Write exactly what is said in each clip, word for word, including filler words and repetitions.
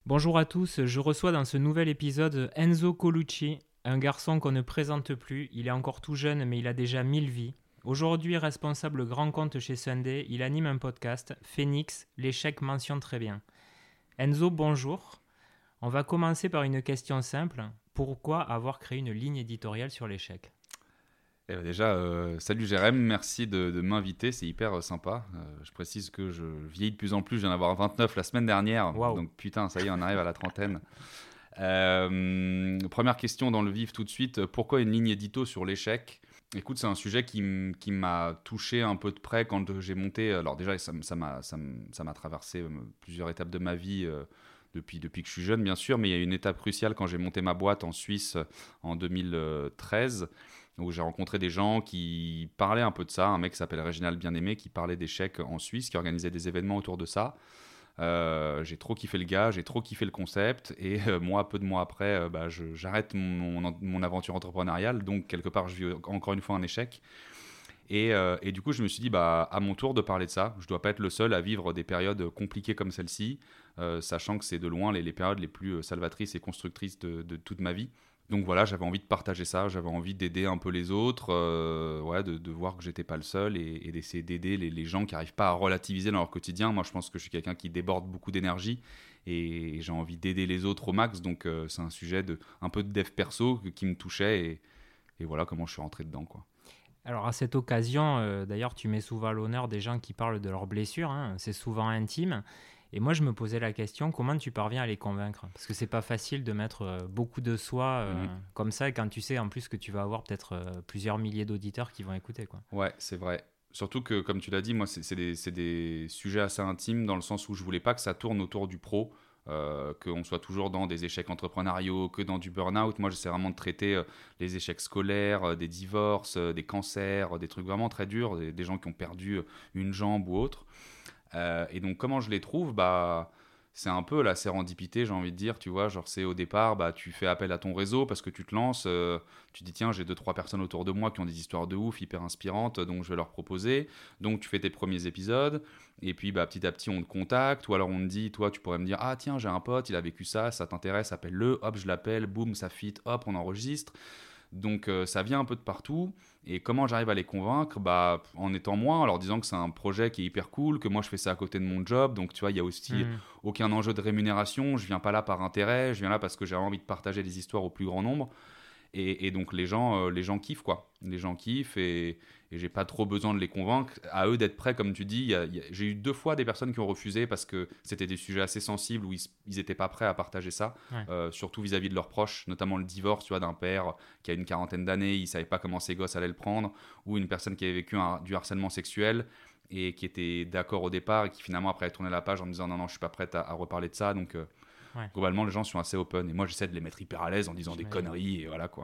Bonjour à tous, je reçois dans ce nouvel épisode Enzo Colucci, un garçon qu'on ne présente plus. Il est encore tout jeune, mais il a déjà mille vies. Aujourd'hui responsable grand compte chez Sunday, il anime un podcast, Phoenix, l'échec mentionne très bien. Enzo, bonjour. On va commencer par une question simple. Pourquoi avoir créé une ligne éditoriale sur l'échec ? Eh ben déjà, euh, salut Jérém, merci de, de m'inviter, c'est hyper euh, sympa. Euh, je précise que je vieillis de plus en plus, je viens d'avoir vingt-neuf la semaine dernière, Waouh. donc putain, ça y est, on arrive à la trentaine. Euh, première question dans le vif tout de suite, pourquoi une ligne édito sur l'échec ? Écoute, c'est un sujet qui, m- qui m'a touché un peu de près quand j'ai monté. Alors déjà, ça, m- ça m'a, ça, m- ça m'a traversé euh, plusieurs étapes de ma vie euh, depuis, depuis que je suis jeune, bien sûr, mais il y a une étape cruciale quand j'ai monté ma boîte en Suisse euh, en deux mille treize, où j'ai rencontré des gens qui parlaient un peu de ça, un mec qui s'appelle Réginald Bien-Aimé, qui parlait d'échecs en Suisse, qui organisait des événements autour de ça. Euh, j'ai trop kiffé le gars, j'ai trop kiffé le concept, et euh, moi, peu de mois après, euh, bah, je- j'arrête mon, mon, mon aventure entrepreneuriale, donc quelque part, je vis encore une fois un échec. Et, euh, et du coup, je me suis dit, bah, à mon tour de parler de ça, je dois pas être le seul à vivre des périodes compliquées comme celle-ci, euh, sachant que c'est de loin les, les périodes les plus euh, salvatrices et constructrices de, de toute ma vie. Donc voilà, j'avais envie de partager ça, j'avais envie d'aider un peu les autres, euh, ouais, de, de voir que j'étais pas le seul et, et d'essayer d'aider les, les gens qui n'arrivent pas à relativiser dans leur quotidien. Moi, je pense que je suis quelqu'un qui déborde beaucoup d'énergie et j'ai envie d'aider les autres au max. Donc euh, c'est un sujet de un peu de dev perso que- qui me touchait et, et voilà comment je suis rentré dedans, quoi. Alors à cette occasion, euh, d'ailleurs, tu mets souvent à l'honneur des gens qui parlent de leurs blessures, hein, c'est souvent intime. Et moi, je me posais la question, comment tu parviens à les convaincre ? Parce que c'est pas facile de mettre euh, beaucoup de soi euh, Mhm. comme ça, quand tu sais en plus que tu vas avoir peut-être euh, plusieurs milliers d'auditeurs qui vont écouter, quoi. Ouais, c'est vrai. Surtout que, comme tu l'as dit, moi, c'est c'est des, c'est des sujets assez intimes dans le sens où je voulais pas que ça tourne autour du pro, euh, qu'on soit toujours dans des échecs entrepreneuriaux, que dans du burn-out. Moi, j'essaie vraiment de traiter euh, les échecs scolaires, euh, des divorces, euh, des cancers, euh, des trucs vraiment très durs, des, des gens qui ont perdu euh, une jambe ou autre. Euh, et donc, comment je les trouve, bah, c'est un peu la sérendipité, j'ai envie de dire, tu vois. Genre, c'est au départ, bah, tu fais appel à ton réseau parce que tu te lances. Euh, tu dis, tiens, j'ai deux, trois personnes autour de moi qui ont des histoires de ouf, hyper inspirantes, donc je vais leur proposer. Donc, tu fais tes premiers épisodes. Et puis, bah, petit à petit, on te contacte. Ou alors, on te dit, toi, tu pourrais me dire, ah, tiens, j'ai un pote, il a vécu ça, ça t'intéresse, appelle-le. Hop, je l'appelle, boum, ça fit, hop, on enregistre. Donc euh, ça vient un peu de partout. Et comment j'arrive à les convaincre, bah, en étant moi, en leur disant que c'est un projet qui est hyper cool, que moi je fais ça à côté de mon job. Donc tu vois, il y a aussi Hmm. aucun enjeu de rémunération. Je viens pas là par intérêt, je viens là parce que j'ai envie de partager des histoires au plus grand nombre. Et, et donc les gens, euh, les gens kiffent, quoi. Les gens kiffent et, et j'ai pas trop besoin de les convaincre. À eux d'être prêts, comme tu dis. Il y a- il y a- j'ai eu deux fois des personnes qui ont refusé parce que c'était des sujets assez sensibles où ils, s- ils étaient pas prêts à partager ça, Ouais. euh, surtout vis-à-vis de leurs proches, notamment le divorce, tu vois, d'un père qui a une quarantaine d'années, il savait pas comment ses gosses allaient le prendre, ou une personne qui avait vécu un- du harcèlement sexuel et qui était d'accord au départ et qui finalement après a tourné la page en me disant non non je suis pas prête à, à reparler de ça. Donc euh, Ouais. globalement les gens sont assez open et moi j'essaie de les mettre hyper à l'aise en disant des J'imagine. conneries et voilà quoi.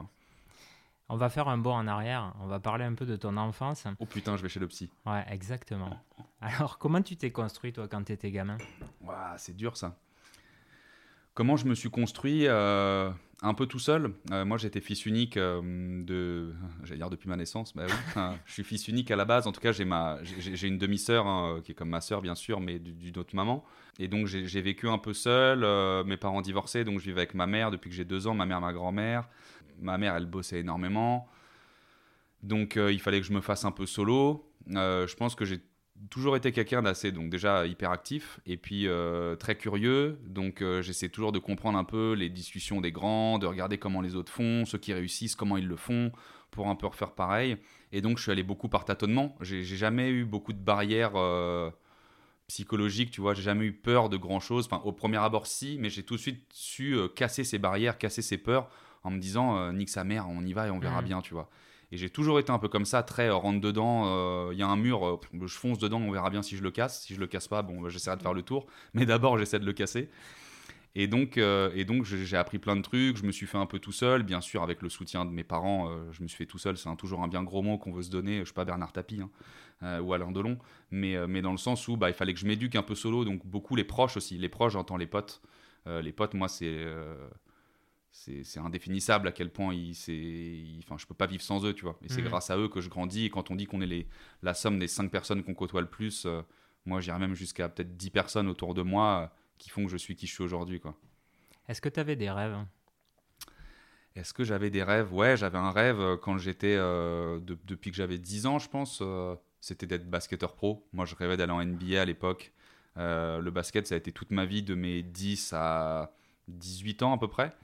On va faire un bond en arrière, on va parler un peu de ton enfance. Oh putain, je vais chez le psy. Ouais, exactement. Alors, comment tu t'es construit, toi, quand tu étais gamin ? Ouah, c'est dur ça. Comment je me suis construit euh, un peu tout seul. Euh, moi, j'étais fils unique euh, de, j'allais dire depuis ma naissance. Bah oui, enfin, je suis fils unique à la base. En tout cas, j'ai ma, j'ai, j'ai une demi-sœur hein, qui est comme ma sœur, bien sûr, mais du- d'une autre maman. Et donc, j'ai, j'ai vécu un peu seul. Euh, mes parents divorcés, donc je vivais avec ma mère depuis que j'ai deux ans. Ma mère, ma grand-mère. Ma mère, elle bossait énormément. Donc, euh, il fallait que je me fasse un peu solo. Euh, je pense que j'ai toujours été quelqu'un d'assez, donc déjà hyperactif, et puis euh, très curieux. Donc, euh, j'essaie toujours de comprendre un peu les discussions des grands, de regarder comment les autres font, ceux qui réussissent, comment ils le font, pour un peu refaire pareil. Et donc, je suis allé beaucoup par tâtonnement. J'ai j'ai jamais eu beaucoup de barrières euh, psychologiques, tu vois. J'ai jamais eu peur de grand chose. Enfin, au premier abord, si, mais j'ai tout de suite su euh, casser ces barrières, casser ces peurs, en me disant, euh, nique sa mère, on y va et on verra Hmm. bien, tu vois. Et j'ai toujours été un peu comme ça, très euh, rentre dedans. Il y a un mur, euh, je fonce dedans, on verra bien si je le casse. Si je le casse pas, bon, bah, j'essaierai de faire le tour. Mais d'abord, j'essaie de le casser. Et donc, euh, et donc j'ai j'ai appris plein de trucs. Je me suis fait un peu tout seul, bien sûr, avec le soutien de mes parents. euh, je me suis fait tout seul. C'est un- toujours un bien gros mot qu'on veut se donner. Je suis pas Bernard Tapie hein, euh, ou Alain Delon, mais, euh, mais dans le sens où bah, il fallait que je m'éduque un peu solo. Donc beaucoup les proches aussi. Les proches, j'entends les potes. Euh, les potes, moi, c'est euh, c'est c'est indéfinissable à quel point ils, c'est, ils- enfin, je peux pas vivre sans eux, tu vois. Et c'est Hmm. grâce à eux que je grandis. Et quand on dit qu'on est les, la somme des cinq personnes qu'on côtoie le plus, euh, moi, j'irais même jusqu'à peut-être dix personnes autour de moi euh, qui font que je suis qui je suis aujourd'hui, quoi. Est-ce que tu avais des rêves? Est-ce que j'avais des rêves? Ouais, j'avais un rêve euh, quand j'étais, euh, de- depuis que j'avais dix ans, je pense. Euh, c'était d'être basketteur pro. Moi, je rêvais d'aller en N B A à l'époque. Euh, le basket, ça a été toute ma vie, de mes dix à dix-huit ans à peu près.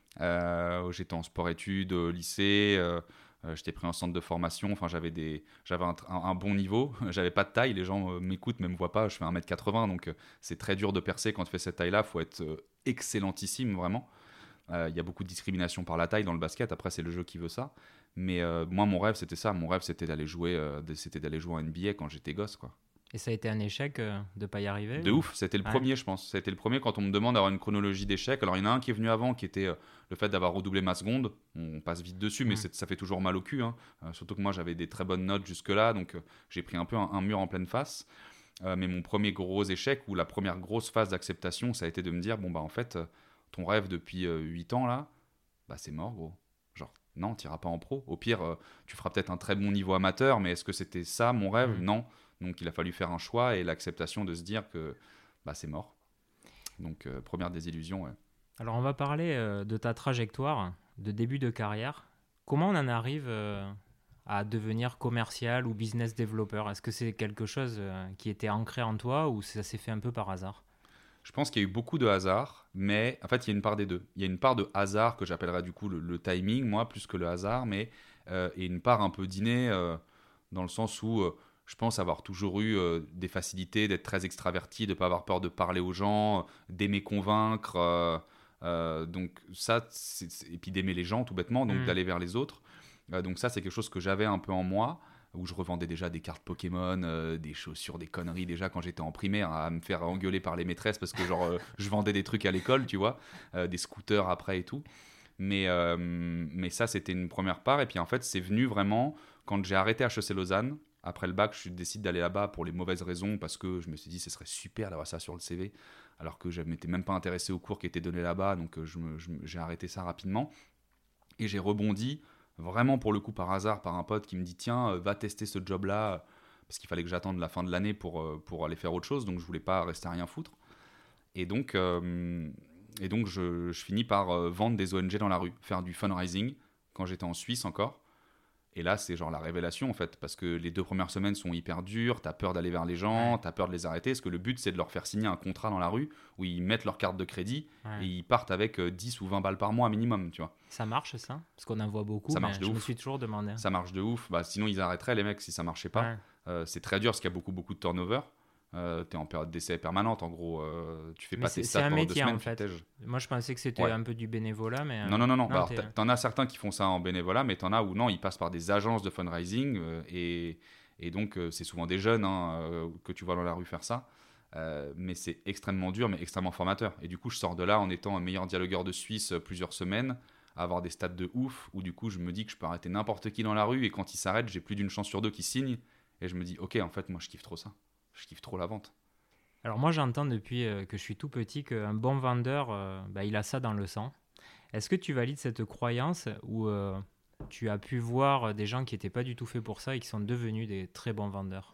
Euh, j'étais en sport-études au lycée. Euh, euh, j'étais pris en centre de formation. Enfin, j'avais des, j'avais un, un- un bon niveau. J'avais pas de taille. Les gens euh, m'écoutent, mais me voient pas. Je fais un mètre quatre-vingts, donc euh, c'est très dur de percer quand tu fais cette taille-là. Faut être euh, excellentissime, vraiment. Euh, Il y a beaucoup de discrimination par la taille dans le basket. Après, c'est le jeu qui veut ça. Mais euh, moi, mon rêve, c'était ça. Mon rêve, c'était d'aller jouer, euh, de- c'était d'aller jouer en N B A quand j'étais gosse, quoi. Et ça a été un échec euh, de pas y arriver De ou... ouf, c'était le Ouais. premier, je pense. C'était le premier quand on me demande d'avoir une chronologie d'échecs. Alors, il y en a un qui est venu avant, qui était euh, le fait d'avoir redoublé ma seconde. On passe vite dessus, mais Mm. c'est- ça fait toujours mal au cul, hein. Euh, surtout que moi, j'avais des très bonnes notes jusque-là, donc euh, j'ai pris un peu un, un mur en pleine face. Euh, mais mon premier gros échec, ou la première grosse phase d'acceptation, ça a été de me dire, bon, bah en fait, euh, ton rêve depuis euh, huit ans, là, bah c'est mort, gros. Genre, non, tu n'iras pas en pro. Au pire, euh, tu feras peut-être un très bon niveau amateur, mais est-ce que c'était ça mon rêve? Mm. Non. Donc il a fallu faire un choix et l'acceptation de se dire que bah, c'est mort. Donc euh, première désillusion, ouais. Alors on va parler euh, de ta trajectoire de début de carrière. Comment on en arrive euh, à devenir commercial ou business developer? Est-ce que c'est quelque chose euh, qui était ancré en toi ou ça s'est fait un peu par hasard? Je pense qu'il y a eu beaucoup de hasard, mais en fait il y a une part des deux. Il y a une part de hasard que j'appellerais du coup le, le timing, moi, plus que le hasard, mais euh, et une part un peu d'inné, euh, dans le sens où euh, je pense avoir toujours eu euh, des facilités, d'être très extraverti, de ne pas avoir peur de parler aux gens, euh, d'aimer convaincre. Euh, euh, donc ça, c'est- c'est- et puis d'aimer les gens tout bêtement, donc Mm. d'aller vers les autres. Euh, donc ça, c'est quelque chose que j'avais un peu en moi, où je revendais déjà des cartes Pokémon, euh, des chaussures, des conneries déjà quand j'étais en primaire, à me faire engueuler par les maîtresses parce que genre euh, je vendais des trucs à l'école, tu vois, euh, des scooters après et tout. Mais, euh, mais ça, c'était une première part. Et puis en fait, c'est venu vraiment quand j'ai arrêté H E C Lausanne. Après le bac, je décide d'aller là-bas pour les mauvaises raisons, parce que je me suis dit ce serait super d'avoir ça sur le C V, alors que je ne m'étais même pas intéressé aux cours qui étaient donnés là-bas, donc euh, je me- je me- j'ai arrêté ça rapidement. Et j'ai rebondi vraiment pour le coup par hasard par un pote qui me dit tiens, euh, va tester ce job-là, euh, parce qu'il fallait que j'attende la fin de l'année pour, euh, pour aller faire autre chose, donc je voulais pas rester à rien foutre. Et donc, euh, et donc je, je finis par euh, vendre des O N G dans la rue, faire du fundraising quand j'étais en Suisse encore. Et là, c'est genre la révélation en fait, parce que les deux premières semaines sont hyper dures, t'as peur d'aller vers les gens, Ouais. t'as peur de les arrêter, parce que le but c'est de leur faire signer un contrat dans la rue où ils mettent leur carte de crédit Ouais. et ils partent avec euh, dix ou vingt balles par mois minimum, tu vois. Ça marche ça? Parce qu'on en voit beaucoup, Ça mais marche de je me ouf. suis toujours demandé. Ça marche de ouf, bah, sinon ils arrêteraient les mecs si ça marchait pas. Ouais. Euh, c'est très dur parce qu'il y a beaucoup beaucoup de turnover. Euh, t'es en période d'essai permanente en gros, euh, tu fais Mais pas c'est tes c'est stats un pendant deux métier semaines, en tu fait. tèges. Moi je pensais que c'était Ouais. un peu du bénévolat, mais... euh, Non, non, non, non. Bah, alors, t'es- t'as- t'en as certains qui font ça en bénévolat, mais t'en as où non, ils passent par des agences de fundraising, euh, et, et donc euh, c'est souvent des jeunes, hein, euh, que tu vois dans la rue faire ça. Euh, mais c'est extrêmement dur, mais extrêmement formateur. Et du coup, je sors de là en étant un meilleur dialogueur de Suisse euh, plusieurs semaines, à avoir des stats de ouf, où du coup, je me dis que je peux arrêter n'importe qui dans la rue, et quand il s'arrête, j'ai plus d'une chance sur deux qui signe, et je me dis, ok, en fait, moi, je kiffe trop ça. Je kiffe trop la vente. Alors moi j'entends depuis euh, que je suis tout petit qu'un bon vendeur, euh, bah, il a ça dans le sang. Est-ce que tu valides cette croyance ou euh, tu as pu voir des gens qui n'étaient pas du tout faits pour ça et qui sont devenus des très bons vendeurs?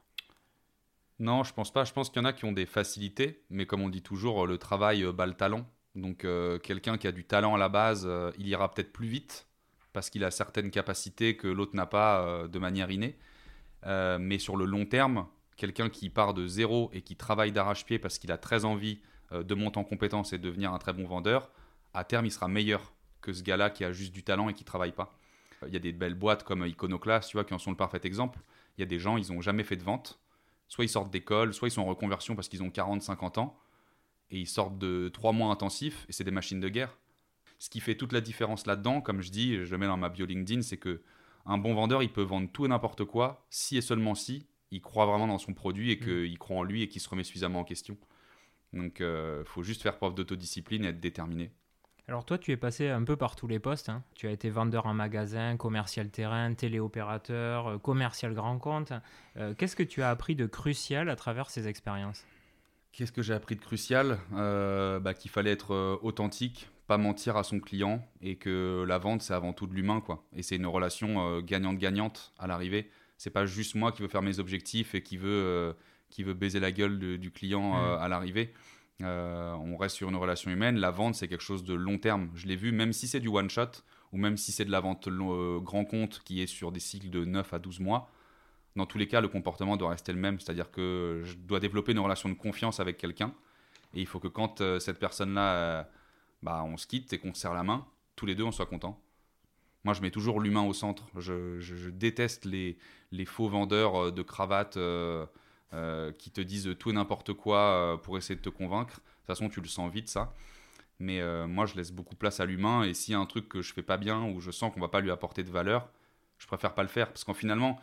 Non, je pense pas. Je pense qu'il y en a qui ont des facilités, mais comme on dit toujours, euh, le travail euh, bat le talent. Donc, euh, quelqu'un qui a du talent à la base, euh, il ira peut-être plus vite parce qu'il a certaines capacités que l'autre n'a pas, euh, de manière innée. Euh, mais sur le long terme, quelqu'un qui part de zéro et qui travaille d'arrache-pied parce qu'il a très envie euh, de monter en compétence et de devenir un très bon vendeur, à terme, il sera meilleur que ce gars-là qui a juste du talent et qui travaille pas. Euh, Il y a des belles boîtes comme Iconoclast, tu vois, qui en sont le parfait exemple. Il y a des gens, ils n'ont jamais fait de vente. Soit ils sortent d'école, soit ils sont en reconversion parce qu'ils ont quarante cinquante ans et ils sortent de trois mois intensifs et c'est des machines de guerre. Ce qui fait toute la différence là-dedans, comme je dis, je le mets dans ma bio LinkedIn, c'est que un bon vendeur, il peut vendre tout et n'importe quoi si et seulement si il croit vraiment dans son produit et qu'il croit en lui et qu'il se remet suffisamment en question. Donc, il euh, faut juste faire preuve d'autodiscipline et être déterminé. Alors toi tu es passé un peu par tous les postes, hein. Tu as été vendeur en magasin, commercial terrain, téléopérateur, euh, commercial grand compte. Euh, Qu'est-ce que tu as appris de crucial à travers ces expériences? Qu'est-ce que j'ai appris de crucial? Euh, bah, qu'il fallait être euh, authentique, pas mentir à son client et que la vente, c'est avant tout de l'humain, quoi. Et c'est une relation euh, gagnante-gagnante à l'arrivée. C'est pas juste moi qui veux faire mes objectifs et qui veut, euh, qui veut baiser la gueule de- du client euh, Mm. à l'arrivée. Euh, on reste sur une relation humaine. La vente, c'est quelque chose de long terme. Je l'ai vu, même si c'est du one-shot, ou même si c'est de la vente euh, grand compte qui est sur des cycles de neuf à douze mois, dans tous les cas, le comportement doit rester le même. C'est-à-dire que je dois développer une relation de confiance avec quelqu'un. Et il faut que quand euh, cette personne-là, euh, bah, on se quitte et qu'on se serre la main, tous les deux, on soit contents. Moi, je mets toujours l'humain au centre. Je, je, je déteste les, les faux vendeurs de cravates euh, euh, qui te disent tout et n'importe quoi euh, pour essayer de te convaincre. De toute façon, tu le sens vite, ça. Mais euh, moi, je laisse beaucoup place à l'humain. Et s'il y a un truc que je fais pas bien ou je sens qu'on va pas lui apporter de valeur, je préfère pas le faire. Parce qu'en finalement,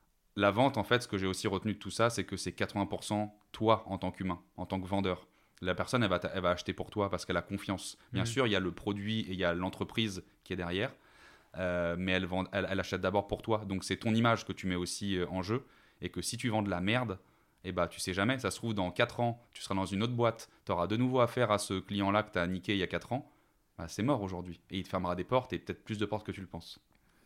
la vente, en fait, ce que j'ai aussi retenu de tout ça, c'est que c'est quatre-vingts pour cent toi en tant qu'humain, en tant que vendeur. La personne, elle va, elle va acheter pour toi parce qu'elle a confiance. Bien mmh. sûr, il y a le produit et il y a l'entreprise qui est derrière. Euh, mais elle, vend, elle, elle achète d'abord pour toi. Donc c'est ton image que tu mets aussi euh, en jeu. Et que si tu vends de la merde, eh ben, tu sais jamais. Ça se trouve, dans quatre ans, tu seras dans une autre boîte. Tu auras de nouveau affaire à ce client-là que tu as niqué il y a quatre ans. Bah, c'est mort aujourd'hui. Et il te fermera des portes et peut-être plus de portes que tu le penses.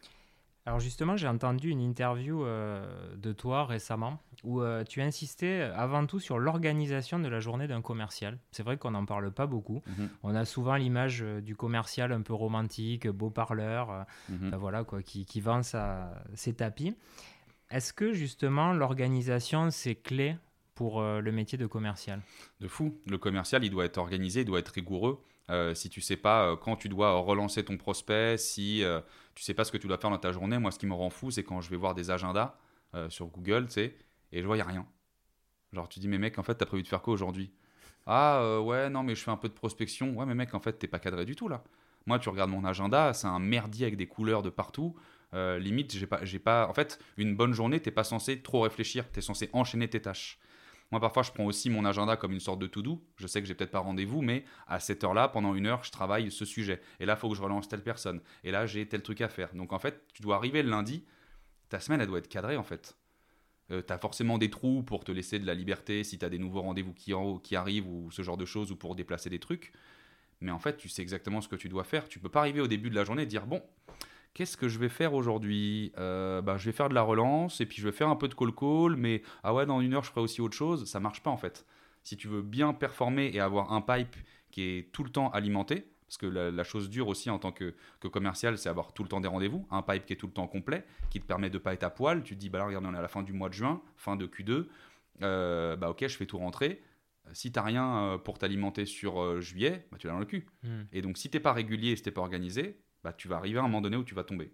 Alors justement, j'ai entendu une interview euh, de toi récemment où euh, tu insistais avant tout sur l'organisation de la journée d'un commercial. C'est vrai qu'on n'en parle pas beaucoup. Mmh. On a souvent l'image euh, du commercial un peu romantique, beau parleur, euh, mmh. ben voilà, quoi, qui, qui vend sa, ses tapis. Est-ce que justement l'organisation, c'est clé pour euh, le métier de commercial ? De fou. Le commercial, il doit être organisé, il doit être rigoureux. Euh, si tu ne sais pas euh, quand tu dois relancer ton prospect, si euh, tu ne sais pas ce que tu dois faire dans ta journée, moi ce qui me rend fou, c'est quand je vais voir des agendas euh, sur Google, tu sais, et je vois, il n'y a rien. Genre tu dis, mais mec, en fait, tu as prévu de faire quoi aujourd'hui ? Ah euh, ouais, non, mais je fais un peu de prospection. Ouais, mais mec, en fait, tu n'es pas cadré du tout là. Moi, tu regardes mon agenda, c'est un merdier avec des couleurs de partout. Euh, limite, j'ai pas, j'ai pas... En fait, une bonne journée, tu n'es pas censé trop réfléchir, tu es censé enchaîner tes tâches. Moi, parfois, je prends aussi mon agenda comme une sorte de to-do. Je sais que j'ai peut-être pas rendez-vous, mais à cette heure-là, pendant une heure, je travaille ce sujet. Et là, il faut que je relance telle personne. Et là, j'ai tel truc à faire. Donc, en fait, tu dois arriver le lundi. Ta semaine, elle doit être cadrée, en fait. Euh, tu as forcément des trous pour te laisser de la liberté si tu as des nouveaux rendez-vous qui, en, qui arrivent ou ce genre de choses ou pour déplacer des trucs. Mais en fait, tu sais exactement ce que tu dois faire. Tu peux pas arriver au début de la journée et dire, bon, qu'est-ce que je vais faire aujourd'hui ? euh, bah, Je vais faire de la relance et puis je vais faire un peu de call-call, mais ah ouais, dans une heure, je ferai aussi autre chose. Ça marche pas en fait. Si tu veux bien performer et avoir un pipe qui est tout le temps alimenté, parce que la, la chose dure aussi en tant que, que commercial, c'est avoir tout le temps des rendez-vous, un pipe qui est tout le temps complet, qui te permet de ne pas être à poil. Tu te dis, bah là, regarde, on est à la fin du mois de juin, fin de Q deux, euh, bah ok, je fais tout rentrer. Si tu n'as rien pour t'alimenter sur euh, juillet, bah, tu l'as dans le cul. Mmh. Et donc, si tu n'es pas régulier et si tu n'es pas organisé, bah, tu vas arriver à un moment donné où tu vas tomber.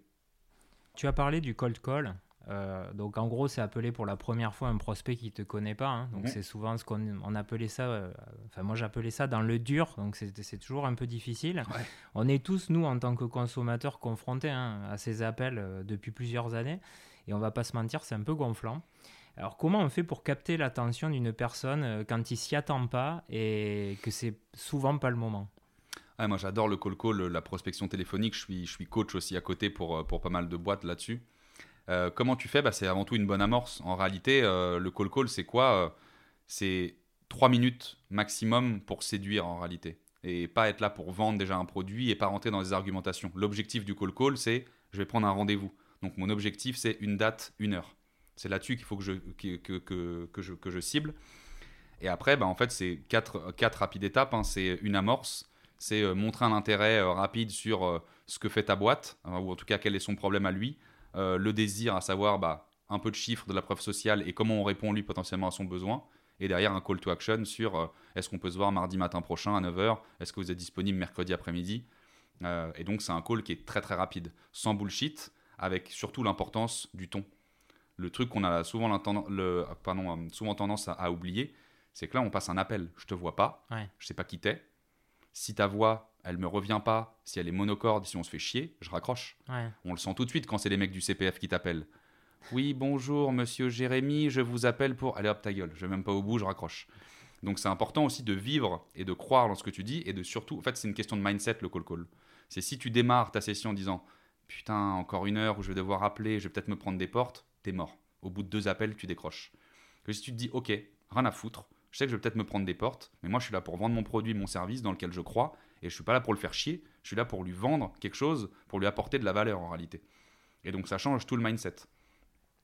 Tu as parlé du cold call. Euh, donc, en gros, c'est appelé pour la première fois un prospect qui ne te connaît pas. Hein. Donc, mmh. c'est souvent ce qu'on on appelait ça... Euh, enfin, moi, j'appelais ça dans le dur. Donc, c'est, c'est toujours un peu difficile. Ouais. On est tous, nous, en tant que consommateurs, confrontés hein, à ces appels euh, depuis plusieurs années. Et on ne va pas se mentir, c'est un peu gonflant. Alors, comment on fait pour capter l'attention d'une personne euh, quand il ne s'y attend pas et que c'est souvent pas le moment ? Ah, moi, j'adore le call call, la prospection téléphonique. Je suis, je suis coach aussi à côté pour, pour pas mal de boîtes là-dessus. Euh, comment tu fais ? Bah, c'est avant tout une bonne amorce. En réalité, euh, le call call, c'est quoi ? C'est trois minutes maximum pour séduire en réalité. Et pas être là pour vendre déjà un produit et pas rentrer dans des argumentations. L'objectif du call call, c'est je vais prendre un rendez-vous. Donc, mon objectif, c'est une date, une heure. C'est là-dessus qu'il faut que je, que, que, que, que je, que je cible. Et après, bah, en fait, c'est quatre, quatre rapides étapes. Hein. C'est une amorce. C'est euh, montrer un intérêt euh, rapide sur euh, ce que fait ta boîte, euh, ou en tout cas quel est son problème à lui, euh, le désir à savoir bah, un peu de chiffres, de la preuve sociale et comment on répond lui potentiellement à son besoin, et derrière un call to action sur euh, est-ce qu'on peut se voir mardi matin prochain à neuf heures, est-ce que vous êtes disponible mercredi après-midi, euh, et donc c'est un call qui est très très rapide, sans bullshit, avec surtout l'importance du ton. Le truc qu'on a souvent, le, pardon, souvent tendance à, à oublier, c'est que là on passe un appel, je te vois pas, ouais. Je sais pas qui t'es. Si ta voix, elle me revient pas, si elle est monocorde, si on se fait chier, je raccroche. Ouais. On le sent tout de suite quand c'est les mecs du C P F qui t'appellent. Oui, bonjour, monsieur Jérémy, je vous appelle pour... Allez hop, ta gueule, je vais même pas au bout, je raccroche. Donc c'est important aussi de vivre et de croire dans ce que tu dis et de surtout... En fait, c'est une question de mindset, le call-call. C'est si tu démarres ta session en disant « Putain, encore une heure où je vais devoir appeler, je vais peut-être me prendre des portes », t'es mort. Au bout de deux appels, tu décroches. Que si tu te dis « Ok, rien à foutre, je sais que je vais peut-être me prendre des portes, mais moi je suis là pour vendre mon produit, mon service dans lequel je crois, et je ne suis pas là pour le faire chier, je suis là pour lui vendre quelque chose, pour lui apporter de la valeur en réalité. » Et donc ça change tout le mindset.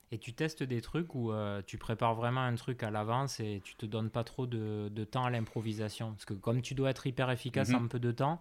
Et tu testes des trucs où euh, tu prépares vraiment un truc à l'avance et tu te donnes pas trop de, de temps à l'improvisation. Parce que comme tu dois être hyper efficace Mhm. en peu de temps,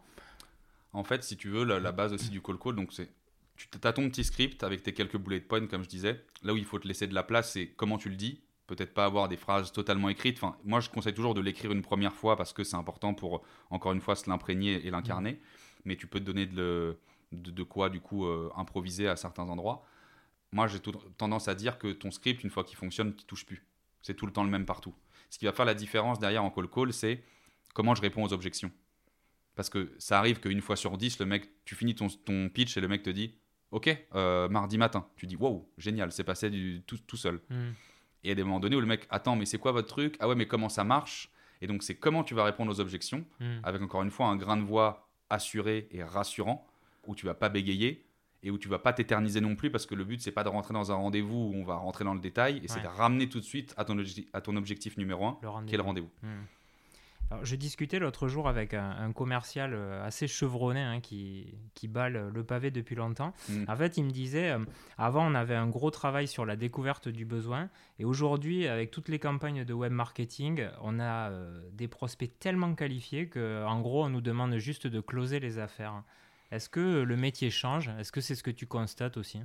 En fait, si tu veux, la, la base aussi du call call, donc c'est tu as ton petit script avec tes quelques bullet points, comme je disais. Là où il faut te laisser de la place, c'est comment tu le dis. Peut-être pas avoir des phrases totalement écrites. Enfin, moi, je conseille toujours de l'écrire une première fois parce que c'est important pour, encore une fois, se l'imprégner et l'incarner. mm, Mais tu peux te donner de, le- de, de quoi, du coup, euh, improviser à certains endroits. Moi, j'ai tout- tendance à dire que ton script, une fois qu'il fonctionne, tu touches plus. C'est tout le temps le même partout. Ce qui va faire la différence derrière en call call, c'est comment je réponds aux objections. Parce que ça arrive qu'une fois sur dix, le mec, tu finis ton, ton pitch et le mec te dit Ok, euh, mardi matin. Tu dis Wow, génial, c'est passé du, tout, tout seul. mm, Et il y a des moments donnés où le mec Attends, mais c'est quoi votre truc Ah ouais, mais comment ça marche Et donc, c'est comment tu vas répondre aux objections, mm. avec encore une fois un grain de voix assuré et rassurant, où tu vas pas bégayer et où tu vas pas t'éterniser non plus, parce que le but, c'est pas de rentrer dans un rendez-vous où on va rentrer dans le détail, et c'est Ouais. de ramener tout de suite à ton, obje- à ton objectif numéro un, Le rendez-vous. qui est le rendez-vous. Mm. Alors, je discutais l'autre jour avec un, un commercial euh, assez chevronné hein, qui, qui bat le, le pavé depuis longtemps. Mm. En fait, il me disait, euh, avant, on avait un gros travail sur la découverte du besoin. Et aujourd'hui, avec toutes les campagnes de web marketing, on a euh, des prospects tellement qualifiés qu'en gros, on nous demande juste de closer les affaires. Est-ce que le métier change? Est-ce que c'est ce que tu constates aussi?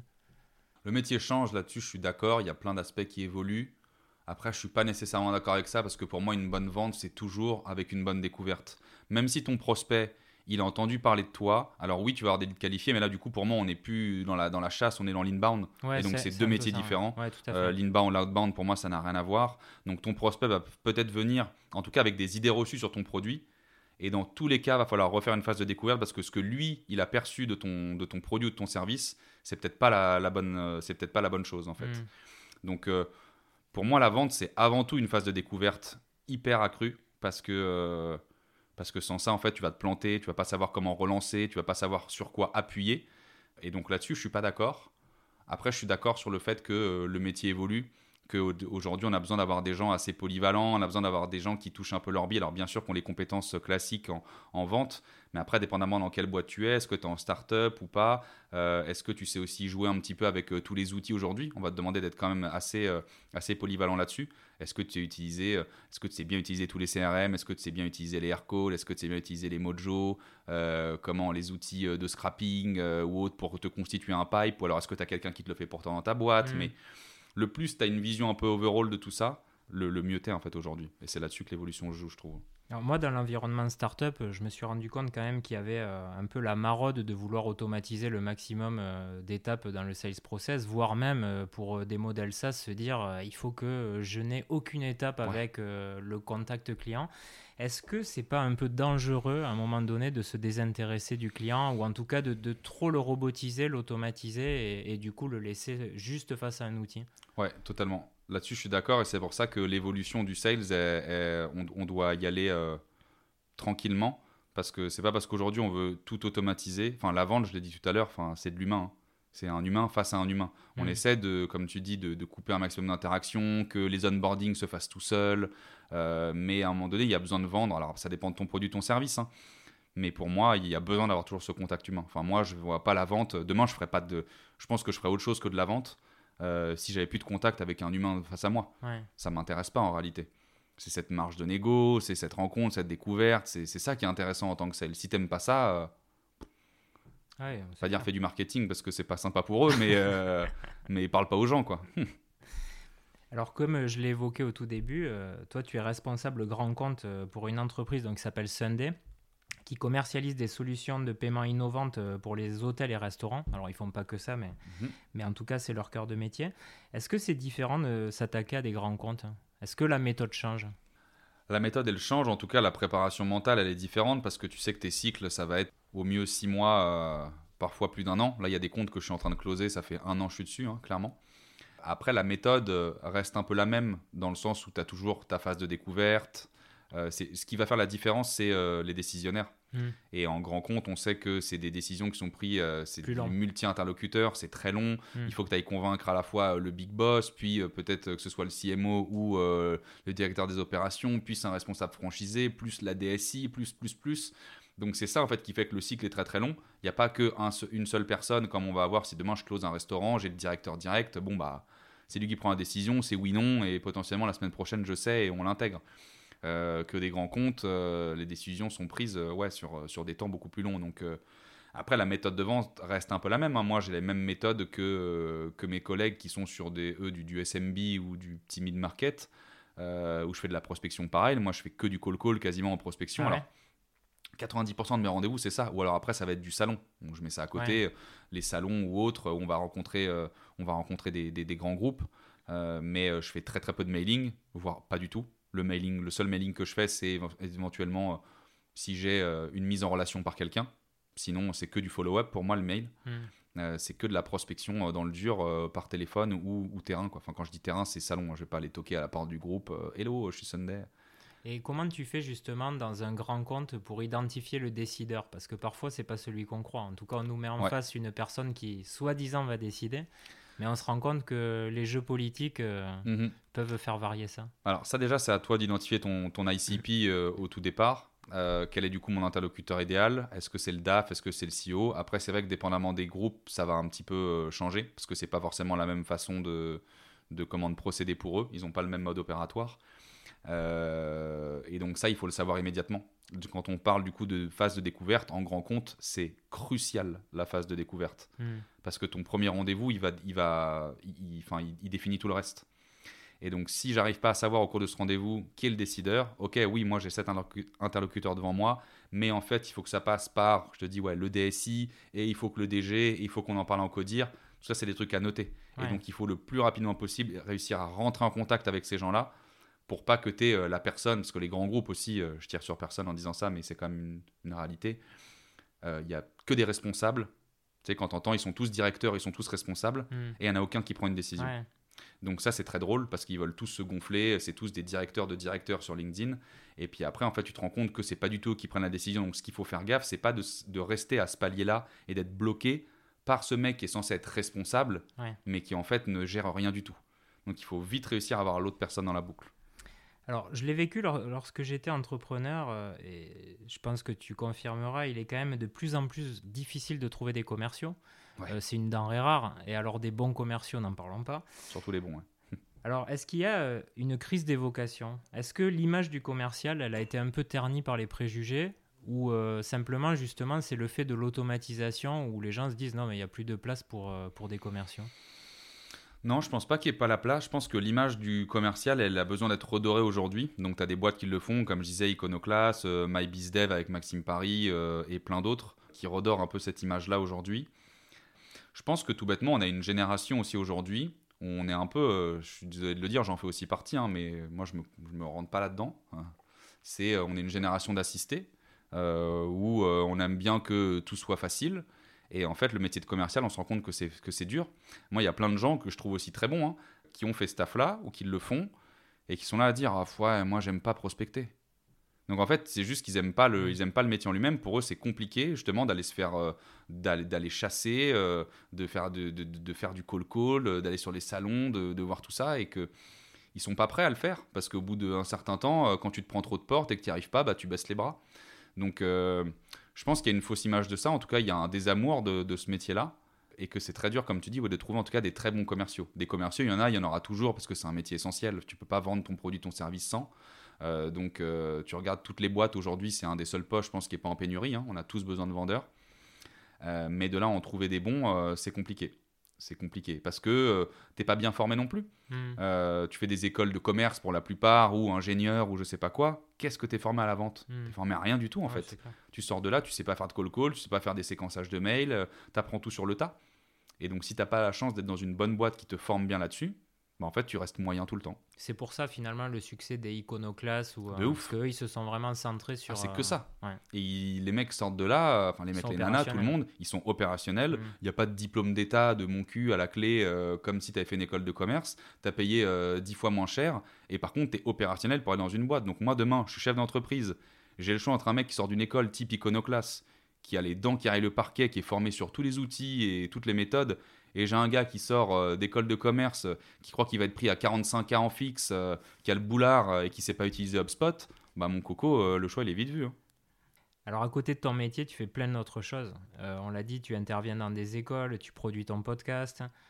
Le métier change là-dessus, je suis d'accord, il y a plein d'aspects qui évoluent. Après, je suis pas nécessairement d'accord avec ça parce que pour moi, une bonne vente, c'est toujours avec une bonne découverte. Même si ton prospect, il a entendu parler de toi, alors oui, tu vas avoir des leads qualifiés, mais là, du coup, pour moi, on n'est plus dans la, dans la chasse, on est dans l'inbound. Ouais, Et donc, c'est c'est c'est deux un peu métiers ça, ouais. différents. Ouais, tout à fait. Euh, l'inbound, l'outbound, pour moi, ça n'a rien à voir. Donc, ton prospect va peut-être venir, en tout cas, avec des idées reçues sur ton produit. Et dans tous les cas, il va falloir refaire une phase de découverte parce que ce que lui, il a perçu de ton, de ton produit ou de ton service, c'est peut-être pas la, la bonne, euh, c'est peut-être pas la bonne chose, en fait. Mm. Donc, euh, pour moi, la vente, c'est avant tout une phase de découverte hyper accrue parce que, euh, parce que sans ça, en fait, tu vas te planter, tu vas pas savoir comment relancer, tu vas pas savoir sur quoi appuyer. Et donc là-dessus, je suis pas d'accord. Après, je suis d'accord sur le fait que euh, le métier évolue, qu'aujourd'hui, on a besoin d'avoir des gens assez polyvalents, on a besoin d'avoir des gens qui touchent un peu leur bille. Alors, bien sûr, qu'on les compétences classiques en, en vente, mais après, dépendamment dans quelle boîte tu es, est-ce que tu es en start-up ou pas, euh, est-ce que tu sais aussi jouer un petit peu avec euh, tous les outils aujourd'hui? On va te demander d'être quand même assez, euh, assez polyvalent là-dessus. Est-ce que tu sais utiliser, euh, est-ce que tu sais bien utiliser tous les C R M? Est-ce que tu sais bien utiliser les Aircall? Est-ce que tu sais bien utiliser les Mojo? Euh, comment les outils euh, de scrapping euh, ou autres pour te constituer un pipe? Ou alors est-ce que tu as quelqu'un qui te le fait pourtant dans ta boîte? Mm. Mais le plus tu as une vision un peu overall de tout ça, le, le mieux t'es en fait aujourd'hui. Et c'est là-dessus que l'évolution se joue, je trouve. Alors moi, dans l'environnement startup, euh, je me suis rendu compte quand même qu'il y avait euh, un peu la maraude de vouloir automatiser le maximum euh, d'étapes dans le sales process, voire même euh, pour euh, des modèles SaaS, se dire euh, il faut que euh, je n'ai aucune étape Ouais. avec euh, le contact client. Est-ce que c'est pas un peu dangereux à un moment donné de se désintéresser du client ou en tout cas de, de trop le robotiser, l'automatiser et, et du coup le laisser juste face à un outil? Ouais, totalement. Là-dessus, je suis d'accord et c'est pour ça que l'évolution du sales, est- est- on, on doit y aller euh, tranquillement parce que c'est pas parce qu'aujourd'hui on veut tout automatiser. Enfin, la vente, je l'ai dit tout à l'heure, enfin, c'est de l'humain. hein. C'est un humain face à un humain. On Mm. essaie de, comme tu dis, de, de couper un maximum d'interactions, que les onboarding se fassent tout seuls. euh, mais à un moment donné, il y a besoin de vendre. Alors, ça dépend de ton produit, ton service. hein. Mais pour moi, il y a besoin d'avoir toujours ce contact humain. Enfin, moi, je ne vois pas la vente. Demain, je ferai pas de. Je pense que je ferai autre chose que de la vente euh, si j'avais plus de contact avec un humain face à moi. Ouais. Ça m'intéresse pas en réalité. C'est cette marge de négo, c'est cette rencontre, cette découverte. C'est c'est ça qui est intéressant en tant que sales. Si t'aimes pas ça, euh, Ouais, c'est pas dire clair. fais du marketing parce que c'est pas sympa pour eux, mais euh, mais parle pas aux gens quoi. Alors, comme euh, je l'ai évoqué au tout début, euh, toi, tu es responsable grand compte euh, pour une entreprise donc, qui s'appelle Sunday, qui commercialise des solutions de paiement innovantes euh, pour les hôtels et restaurants. Alors, ils font pas que ça, mais, Mhm. mais en tout cas, c'est leur cœur de métier. Est-ce que c'est différent de s'attaquer à des grands comptes? Est-ce que la méthode change? La méthode, elle change. En tout cas, la préparation mentale, elle est différente parce que tu sais que tes cycles, ça va être au mieux six mois, euh, parfois plus d'un an. Là, il y a des comptes que je suis en train de closer, ça fait un an que je suis dessus, hein, clairement. Après, la méthode euh, reste un peu la même dans le sens où tu as toujours ta phase de découverte. Euh, c'est- ce qui va faire la différence, c'est euh, les décisionnaires. Hmm. Et en grand compte, on sait que c'est des décisions qui sont prises, euh, c'est Plus du long. multi-interlocuteur, c'est très long. Mm. Il faut que tu ailles convaincre à la fois euh, le big boss, puis euh, peut-être que ce soit le C M O ou euh, le directeur des opérations, puis un responsable franchisé, plus la D S I, plus, plus, plus. Donc c'est ça en fait qui fait que le cycle est très très long. Il n'y a pas qu'une seule personne comme on va avoir si demain je close un restaurant, j'ai le directeur direct. Bon bah c'est lui qui prend la décision, c'est oui, non, et potentiellement la semaine prochaine, je sais, et on l'intègre. Euh, que des grands comptes, euh, les décisions sont prises euh, ouais, sur, sur des temps beaucoup plus longs. Donc, euh, après, la méthode de vente reste un peu la même. Hein. Moi, j'ai les mêmes méthodes que, euh, que mes collègues qui sont sur des, eux, du, du S M B ou du petit mid-market, euh, où je fais de la prospection pareil. Moi, je fais que du call-call quasiment en prospection. Ah ouais. Alors, quatre-vingt-dix pour cent de mes rendez-vous, c'est ça. Ou alors après, ça va être du salon. Donc, je mets ça à côté. Ouais. Les salons ou autres, où on va rencontrer, euh, on va rencontrer des, des, des grands groupes. Euh, mais euh, je fais très très peu de mailing, voire pas du tout. Le mailing, le seul mailing que je fais, c'est éve- éventuellement euh, si j'ai euh, une mise en relation par quelqu'un. Sinon, c'est que du follow-up pour moi, le mail. Hmm. Euh, c'est que de la prospection euh, dans le dur euh, par téléphone ou, ou terrain, quoi. Enfin, quand je dis terrain, c'est salon. Hein. Je vais pas aller toquer à la porte du groupe. euh, Hello, je suis Sunday. Et comment tu fais justement dans un grand compte pour identifier le décideur? Parce que parfois, c'est pas celui qu'on croit. En tout cas, on nous met en Ouais. face une personne qui, soi-disant, va décider. Mais on se rend compte que les jeux politiques euh, Mhm. peuvent faire varier ça. Alors, ça, déjà, c'est à toi d'identifier ton, ton I C P euh, au tout départ. Euh, quel est du coup mon interlocuteur idéal? Est-ce que c'est le D A F? Est-ce que c'est le C E O? Après, c'est vrai que dépendamment des groupes, ça va un petit peu euh, changer parce que c'est pas forcément la même façon de, de comment de procéder pour eux. Ils n'ont pas le même mode opératoire. Euh, et donc, ça, il faut le savoir immédiatement. Quand on parle du coup de phase de découverte, en grand compte, c'est crucial la phase de découverte Hmm. parce que ton premier rendez-vous, il va, il va, il, enfin, il, il définit tout le reste. Et donc, si j'arrive pas à savoir au cours de ce rendez-vous qui est le décideur, ok, oui, moi j'ai cet interlocu- interlocuteur devant moi, mais en fait, il faut que ça passe par, je te dis, ouais, le D S I, et il faut que le D G, et il faut qu'on en parle en codir. Tout ça, c'est des trucs à noter. Et Ouais. donc, il faut le plus rapidement possible réussir à rentrer en contact avec ces gens-là pour pas que tu aies la personne, parce que les grands groupes aussi, euh, je tire sur personne en disant ça, mais c'est quand même une, une réalité. Euh, Il n'y a que des responsables. Tu sais, quand t'entends, ils sont tous directeurs, ils sont tous responsables, Hmm. et il n'y en a aucun qui prend une décision. Ouais. Donc ça, c'est très drôle parce qu'ils veulent tous se gonfler. C'est tous des directeurs de directeurs sur LinkedIn. Et puis après, en fait, tu te rends compte que c'est pas du tout eux qui prennent la décision. Donc ce qu'il faut faire gaffe, c'est pas de, de rester à ce palier-là et d'être bloqué par ce mec qui est censé être responsable, Ouais. mais qui en fait ne gère rien du tout. Donc il faut vite réussir à avoir l'autre personne dans la boucle. Alors, je l'ai vécu lor- lorsque j'étais entrepreneur, euh, et je pense que tu confirmeras, il est quand même de plus en plus difficile de trouver des commerciaux. Ouais. Euh, c'est une denrée rare, et alors des bons commerciaux, n'en parlons pas. Surtout les bons. Ouais. Alors, est-ce qu'il y a euh, une crise d'évocation? Est-ce que l'image du commercial, elle a été un peu ternie par les préjugés? Ou euh, simplement, justement, c'est le fait de l'automatisation où les gens se disent non, mais il n'y a plus de place pour, euh, pour des commerciaux? Non, je pense pas qu'il n'y ait pas la place. Je pense que l'image du commercial, elle a besoin d'être redorée aujourd'hui. Donc, tu as des boîtes qui le font, comme je disais, Iconoclast, euh, MyBizDev avec Maxime Paris euh, et plein d'autres qui redorent un peu cette image-là aujourd'hui. Je pense que tout bêtement, on a une génération aussi aujourd'hui. Où on est un peu, euh, je suis désolé de le dire, j'en fais aussi partie, hein, mais moi je me, je me rentre pas là-dedans. Hein. C'est, euh, on est une génération d'assistés euh, où euh, on aime bien que tout soit facile. Et en fait, le métier de commercial, on se rend compte que c'est, que c'est dur. Moi, il y a plein de gens que je trouve aussi très bons, hein, qui ont fait ce taf-là ou qui le font et qui sont là à dire ah, ouais, moi, j'aime pas prospecter. Donc en fait, c'est juste qu'ils aiment pas le, ils aiment pas le métier en lui-même. Pour eux, c'est compliqué justement d'aller se faire, euh, d'aller, d'aller chasser, euh, de faire, de, de, de faire du call call, euh, d'aller sur les salons, de, de voir tout ça, et que ils sont pas prêts à le faire parce qu'au bout d'un certain temps, euh, quand tu te prends trop de portes et que tu n'y arrives pas, bah tu baisses les bras. Donc euh, je pense qu'il y a une fausse image de ça. En tout cas, il y a un désamour de, de ce métier-là. Et que c'est très dur, comme tu dis, ouais, de trouver en tout cas des très bons commerciaux. Des commerciaux, il y en a, il y en aura toujours parce que c'est un métier essentiel. Tu peux pas vendre ton produit, ton service sans. Euh, donc euh, tu regardes toutes les boîtes aujourd'hui, c'est un des seuls postes, je pense, qui n'est pas en pénurie. Hein. On a tous besoin de vendeurs. Euh, mais de là, en trouver des bons, euh, c'est compliqué. C'est compliqué parce que euh, tu n'es pas bien formé non plus. Mm. Euh, tu fais des écoles de commerce pour la plupart, ou ingénieur, ou je sais pas quoi. Qu'est-ce que tu es formé à la vente? Mm. Tu es formé à rien du tout en Ouais, fait. c'est clair. Tu sors de là, tu sais pas faire de call call, tu sais pas faire des séquençages de mails, euh, tu apprends tout sur le tas. Et donc si tu n'as pas la chance d'être dans une bonne boîte qui te forme bien là-dessus, bah, en fait tu restes moyen tout le temps. C'est pour ça finalement le succès des Iconoclasts ou De euh, ouf. parce qu'eux ils se sont vraiment centrés sur. Ah, c'est euh, que ça. Ouais. Et ils- les mecs sortent de là, enfin les Ils mecs, sont les nanas, tout le opérationnels. monde, ils sont opérationnels. Il Mm. n'y a pas de diplôme d'état de mon cul à la clé, euh, comme si tu avais fait une école de commerce. Tu as payé euh, dix fois moins cher. Et par contre, tu es opérationnel pour aller dans une boîte. Donc moi, demain, je suis chef d'entreprise. J'ai le choix entre un mec qui sort d'une école type Iconoclast, qui a les dents qui raillent le parquet, qui est formé sur tous les outils et toutes les méthodes. Et j'ai un gars qui sort euh, d'école de commerce, euh, qui croit qu'il va être pris à quarante-cinq K en fixe, euh, qui a le boulard euh, et qui ne sait pas utiliser HubSpot. Bah mon coco, euh, le choix il est vite vu. Hein. Alors à côté de ton métier, tu fais plein d'autres choses. Euh, on l'a dit, tu interviens dans des écoles, tu produis ton podcast,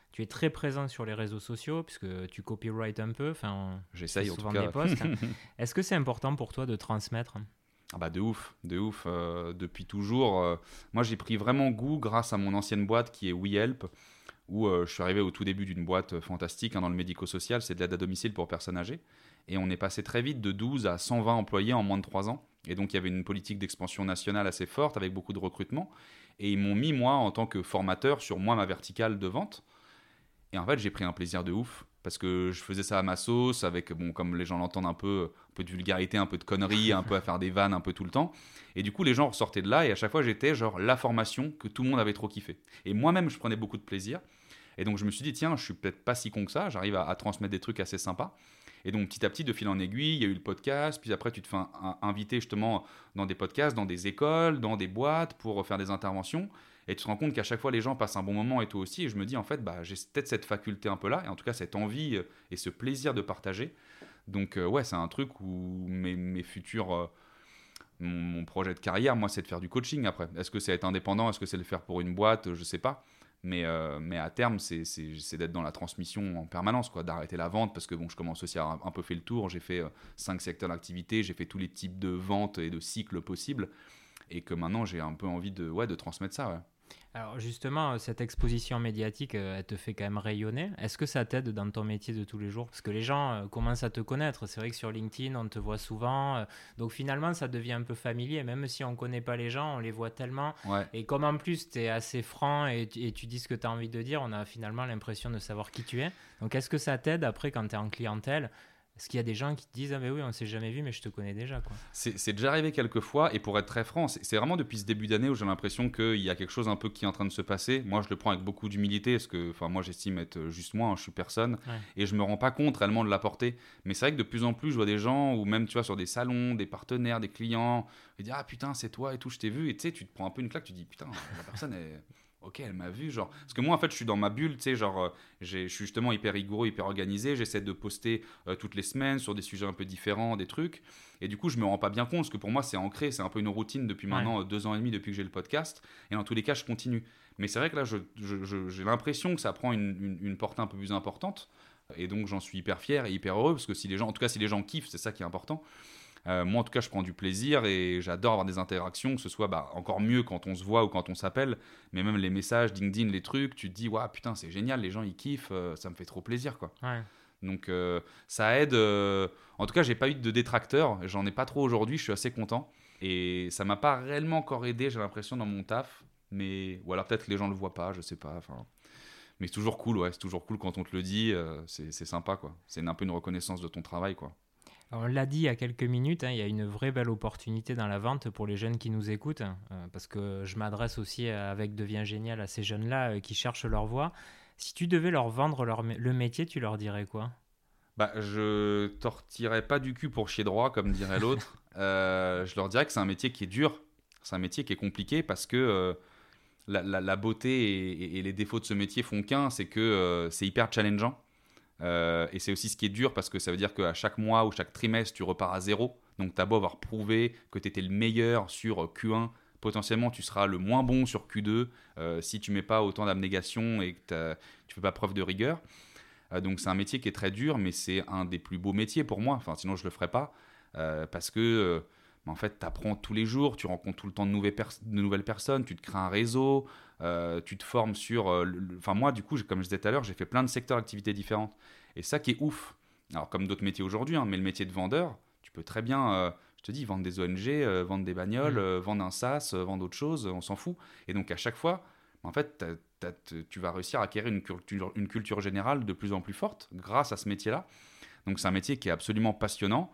Tu es très présent sur les réseaux sociaux, puisque tu copyright un peu. Enfin, j'essaye en souvent tout cas. des posts. Est-ce que c'est important pour toi de transmettre? Ah bah de ouf, de ouf. Euh, depuis toujours, euh, moi j'ai pris vraiment goût grâce à mon ancienne boîte qui est WeHelp, où euh, je suis arrivé au tout début d'une boîte euh, fantastique hein, dans le médico-social, c'est de l'aide à domicile pour personnes âgées. Et on est passé très vite de douze à cent vingt employés en moins de trois ans. Et donc il y avait une politique d'expansion nationale assez forte avec beaucoup de recrutement. Et ils m'ont mis moi en tant que formateur sur moi ma verticale de vente. Et en fait, j'ai pris un plaisir de ouf parce que je faisais ça à ma sauce, avec, bon, comme les gens l'entendent, un peu, un peu de vulgarité, un peu de conneries, un peu à faire des vannes un peu tout le temps. Et du coup, les gens ressortaient de là et à chaque fois, j'étais genre la formation que tout le monde avait trop kiffé. Et moi-même, je prenais beaucoup de plaisir. Et donc, je me suis dit, tiens, je suis peut-être pas si con que ça, j'arrive à, à transmettre des trucs assez sympas. Et donc, petit à petit, de fil en aiguille, il y a eu le podcast. Puis après, tu te fais un- un- inviter justement dans des podcasts, dans des écoles, dans des boîtes pour faire des interventions. Et tu te rends compte qu'à chaque fois, les gens passent un bon moment et toi aussi. Et je me dis, en fait, bah, j'ai peut-être cette faculté un peu là, et en tout cas, cette envie euh, et ce plaisir de partager. Donc, euh, ouais, c'est un truc où mes, mes futurs. euh, mon, mon projet de carrière, moi, c'est de faire du coaching après. Est-ce que c'est être indépendant? Est-ce que c'est le faire pour une boîte? Je sais pas. Mais, euh, mais à terme, c'est, c'est, c'est d'être dans la transmission en permanence, quoi, d'arrêter la vente, parce que bon, je commence aussi à avoir un peu fait le tour. J'ai fait euh, cinq secteurs d'activité, j'ai fait tous les types de ventes et de cycles possibles, et que maintenant, j'ai un peu envie de, ouais, de transmettre ça. Ouais. Alors justement, euh, cette exposition médiatique, euh, elle te fait quand même rayonner. Est-ce que ça t'aide dans ton métier de tous les jours? Parce que les gens euh, commencent à te connaître. C'est vrai que sur LinkedIn, on te voit souvent. euh, donc finalement, ça devient un peu familier. Même si on ne connaît pas les gens, on les voit tellement. Ouais. Et comme en plus, tu es assez franc et, tu- et tu dis ce que tu as envie de dire, on a finalement l'impression de savoir qui tu es. Donc est-ce que ça t'aide après quand tu es en clientèle? Est-ce qu'il y a des gens qui te disent « Ah mais oui, on ne s'est jamais vu, mais je te connais déjà. » quoi. C'est, c'est déjà arrivé quelques fois, et pour être très franc, c'est, c'est vraiment depuis ce début d'année où j'ai l'impression qu'il y a quelque chose un peu qui est en train de se passer. Moi, je le prends avec beaucoup d'humilité, parce que enfin, moi, j'estime être juste moi, hein, je suis personne, Ouais. et je me rends pas compte réellement de la portée. Mais c'est vrai que de plus en plus, je vois des gens, ou même tu vois, sur des salons, des partenaires, des clients, ils disent « Ah putain, c'est toi et tout, je t'ai vu. » Et tu sais, tu te prends un peu une claque, tu te dis « Putain, la personne est... Ok, elle m'a vu, genre. Parce que moi, en fait, je suis dans ma bulle, tu sais, genre, euh, j'ai- je suis justement hyper rigoureux, hyper organisé. J'essaie de poster euh, toutes les semaines sur des sujets un peu différents, des trucs. Et du coup, je me rends pas bien compte, parce que pour moi, c'est ancré, c'est un peu une routine depuis Ouais. maintenant euh, deux ans et demi depuis que j'ai le podcast. Et dans tous les cas, je continue. Mais c'est vrai que là, je, je- je- j'ai l'impression que ça prend une, une, une portée un peu plus importante. Et donc, j'en suis hyper fier et hyper heureux, parce que si les gens, en tout cas, si les gens kiffent, c'est ça qui est important. Euh, moi, en tout cas, je prends du plaisir et j'adore avoir des interactions, que ce soit bah, encore mieux quand on se voit ou quand on s'appelle, mais même les messages, LinkedIn, les trucs, tu te dis, waouh, putain, c'est génial, les gens ils kiffent, euh, ça me fait trop plaisir, quoi. Ouais. Donc, euh, ça aide. euh, En tout cas, j'ai pas eu de détracteurs, j'en ai pas trop aujourd'hui, je suis assez content. Et ça m'a pas réellement encore aidé, j'ai l'impression, dans mon taf, mais ou alors peut-être que les gens le voient pas, je sais pas. Enfin, mais c'est toujours cool, ouais, c'est toujours cool quand on te le dit, euh, c'est c'est sympa, quoi. C'est un peu une reconnaissance de ton travail, quoi. Alors, on l'a dit il y a quelques minutes, hein, il y a une vraie belle opportunité dans la vente pour les jeunes qui nous écoutent, euh, parce que je m'adresse aussi euh, avec Deviens Génial à ces jeunes-là euh, qui cherchent leur voie. Si tu devais leur vendre leur mé- le métier, tu leur dirais quoi? Bah, je tortillerais pas du cul pour chier droit, comme dirait l'autre. Euh, je leur dirais que c'est un métier qui est dur, c'est un métier qui est compliqué parce que euh, la, la- la beauté et, et- et les défauts de ce métier font qu'un, c'est que euh, c'est hyper challengeant. Euh, et c'est aussi ce qui est dur parce que ça veut dire qu'à chaque mois ou chaque trimestre, tu repars à zéro. Donc, tu as beau avoir prouvé que tu étais le meilleur sur Q un, potentiellement tu seras le moins bon sur Q deux euh, si tu mets pas autant d'abnégation et que t'as- tu fais pas preuve de rigueur. Euh, donc, c'est un métier qui est très dur, mais c'est un des plus beaux métiers pour moi. Enfin, sinon, je le ferais pas. Euh, parce que, euh, en fait, tu apprends tous les jours, tu rencontres tout le temps de nouvelles, pers- de nouvelles personnes, tu te crées un réseau, euh, tu te formes sur. euh, le- le- Enfin, moi, du coup, j'ai- comme je disais tout à l'heure, j'ai fait plein de secteurs d'activité différentes. Et ça qui est ouf. Alors, comme d'autres métiers aujourd'hui, hein, mais le métier de vendeur, tu peux très bien, euh, je te dis, vendre des O N G, euh, vendre des bagnoles, Mm. euh, vendre un SaaS, euh, vendre autre chose, on s'en fout. Et donc, à chaque fois, en fait, t'as- t'as- t- tu vas réussir à acquérir une culture, une culture générale de plus en plus forte grâce à ce métier-là. Donc, c'est un métier qui est absolument passionnant.